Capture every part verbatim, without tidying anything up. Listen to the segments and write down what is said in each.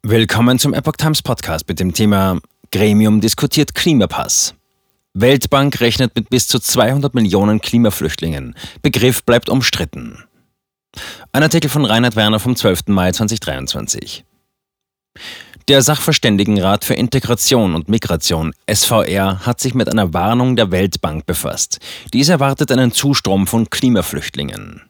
Willkommen zum Epoch Times Podcast mit dem Thema Gremium diskutiert Klimapass. Weltbank rechnet mit bis zu zweihundert Millionen Klimaflüchtlingen. Begriff bleibt umstritten. Ein Artikel von Reinhard Werner vom zwölften Mai zweitausenddreiundzwanzig. Der Sachverständigenrat für Integration und Migration, S V R, hat sich mit einer Warnung der Weltbank befasst. Diese erwartet einen Zustrom von Klimaflüchtlingen.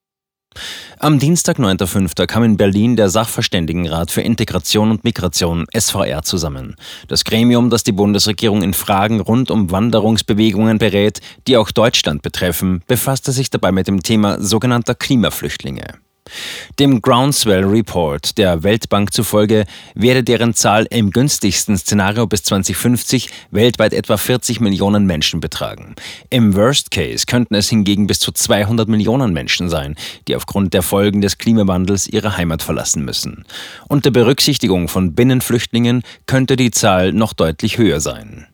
Am Dienstag, neunter fünfter kam in Berlin der Sachverständigenrat für Integration und Migration, S V R, zusammen. Das Gremium, das die Bundesregierung in Fragen rund um Wanderungsbewegungen berät, die auch Deutschland betreffen, befasste sich dabei mit dem Thema sogenannter Klimaflüchtlinge. Dem Groundswell Report der Weltbank zufolge werde deren Zahl im günstigsten Szenario bis zweitausendfünfzig weltweit etwa vierzig Millionen Menschen betragen. Im Worst Case könnten es hingegen bis zu zweihundert Millionen Menschen sein, die aufgrund der Folgen des Klimawandels ihre Heimat verlassen müssen. Unter Berücksichtigung von Binnenflüchtlingen könnte die Zahl noch deutlich höher sein.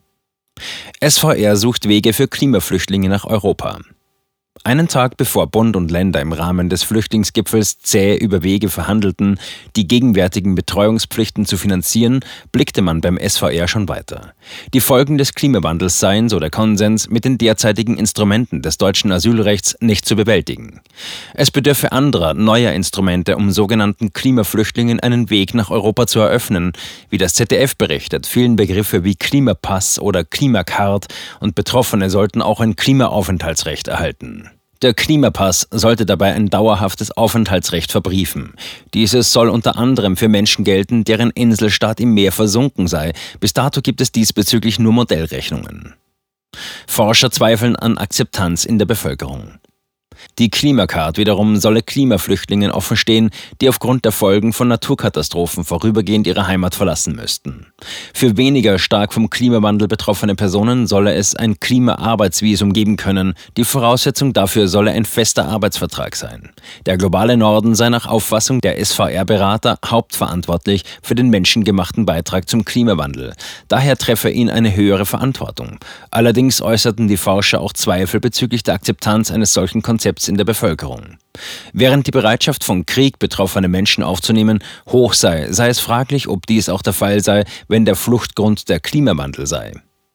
S V R sucht Wege für Klimaflüchtlinge nach Europa. Einen Tag bevor Bund und Länder im Rahmen des Flüchtlingsgipfels zäh über Wege verhandelten, die gegenwärtigen Betreuungspflichten zu finanzieren, blickte man beim S V R schon weiter. Die Folgen des Klimawandels seien, so der Konsens, mit den derzeitigen Instrumenten des deutschen Asylrechts nicht zu bewältigen. Es bedürfe anderer, neuer Instrumente, um sogenannten Klimaflüchtlingen einen Weg nach Europa zu eröffnen. Wie das Z D F berichtet, fielen Begriffe wie Klimapass oder Klimacard und Betroffene sollten auch ein Klimaaufenthaltsrecht erhalten. Der Klimapass sollte dabei ein dauerhaftes Aufenthaltsrecht verbriefen. Dieses soll unter anderem für Menschen gelten, deren Inselstaat im Meer versunken sei. Bis dato gibt es diesbezüglich nur Modellrechnungen. Forscher zweifeln an Akzeptanz in der Bevölkerung. Die Klimacard wiederum solle Klimaflüchtlingen offenstehen, die aufgrund der Folgen von Naturkatastrophen vorübergehend ihre Heimat verlassen müssten. Für weniger stark vom Klimawandel betroffene Personen solle es ein Klimaarbeitsvisum geben können. Die Voraussetzung dafür solle ein fester Arbeitsvertrag sein. Der globale Norden sei nach Auffassung der S V R-Berater hauptverantwortlich für den menschengemachten Beitrag zum Klimawandel. Daher treffe ihn eine höhere Verantwortung. Allerdings äußerten die Forscher auch Zweifel bezüglich der Akzeptanz eines solchen Konzepts in der Bevölkerung. Während die Bereitschaft von Krieg betroffene Menschen aufzunehmen hoch sei, sei es fraglich, ob dies auch der Fall sei, wenn der Fluchtgrund der Klimawandel sei.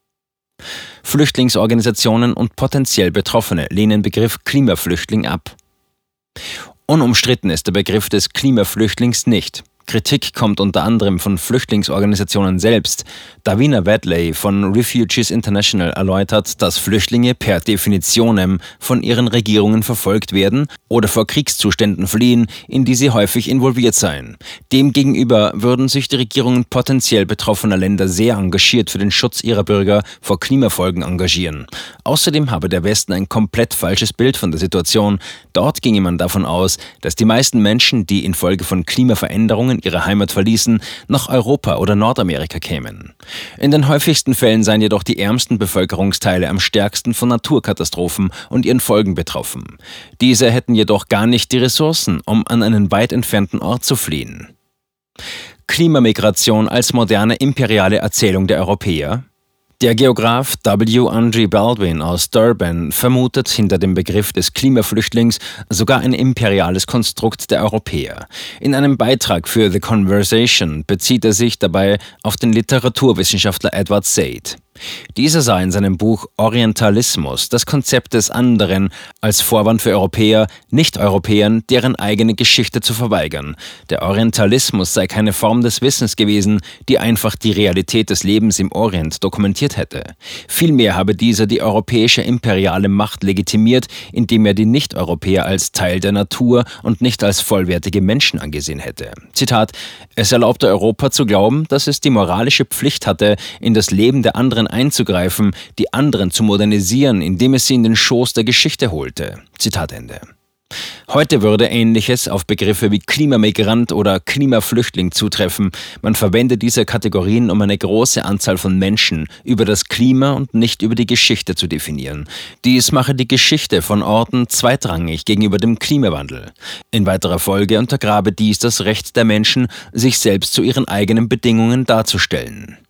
Flüchtlingsorganisationen und potenziell Betroffene lehnen Begriff Klimaflüchtling ab. Unumstritten ist der Begriff des Klimaflüchtlings nicht. Kritik kommt unter anderem von Flüchtlingsorganisationen selbst. Davina Wadley von Refugees International erläutert, dass Flüchtlinge per Definitionem von ihren Regierungen verfolgt werden oder vor Kriegszuständen fliehen, in die sie häufig involviert seien. Demgegenüber würden sich die Regierungen potenziell betroffener Länder sehr engagiert für den Schutz ihrer Bürger vor Klimafolgen engagieren. Außerdem habe der Westen ein komplett falsches Bild von der Situation. Dort ginge man davon aus, dass die meisten Menschen, die infolge von Klimaveränderungen ihre Heimat verließen, nach Europa oder Nordamerika kämen. In den häufigsten Fällen seien jedoch die ärmsten Bevölkerungsteile am stärksten von Naturkatastrophen und ihren Folgen betroffen. Diese hätten jedoch gar nicht die Ressourcen, um an einen weit entfernten Ort zu fliehen. Klimamigration als moderne imperiale Erzählung der Europäer. Der Geograf W. Andrew Baldwin aus Durban vermutet hinter dem Begriff des Klimaflüchtlings sogar ein imperiales Konstrukt der Europäer. In einem Beitrag für The Conversation bezieht er sich dabei auf den Literaturwissenschaftler Edward Said. Dieser sah in seinem Buch Orientalismus das Konzept des anderen als Vorwand für Europäer, Nicht-Europäern, deren eigene Geschichte zu verweigern. Der Orientalismus sei keine Form des Wissens gewesen, die einfach die Realität des Lebens im Orient dokumentiert hätte. Vielmehr habe dieser die europäische imperiale Macht legitimiert, indem er die Nicht-Europäer als Teil der Natur und nicht als vollwertige Menschen angesehen hätte. Zitat: Es erlaubte Europa zu glauben, dass es die moralische Pflicht hatte, in das Leben der anderen einzugreifen, die anderen zu modernisieren, indem es sie in den Schoß der Geschichte holte. Zitat Ende. Heute würde Ähnliches auf Begriffe wie Klimamigrant oder Klimaflüchtling zutreffen. Man verwendet diese Kategorien, um eine große Anzahl von Menschen über das Klima und nicht über die Geschichte zu definieren. Dies mache die Geschichte von Orten zweitrangig gegenüber dem Klimawandel. In weiterer Folge untergrabe dies das Recht der Menschen, sich selbst zu ihren eigenen Bedingungen darzustellen.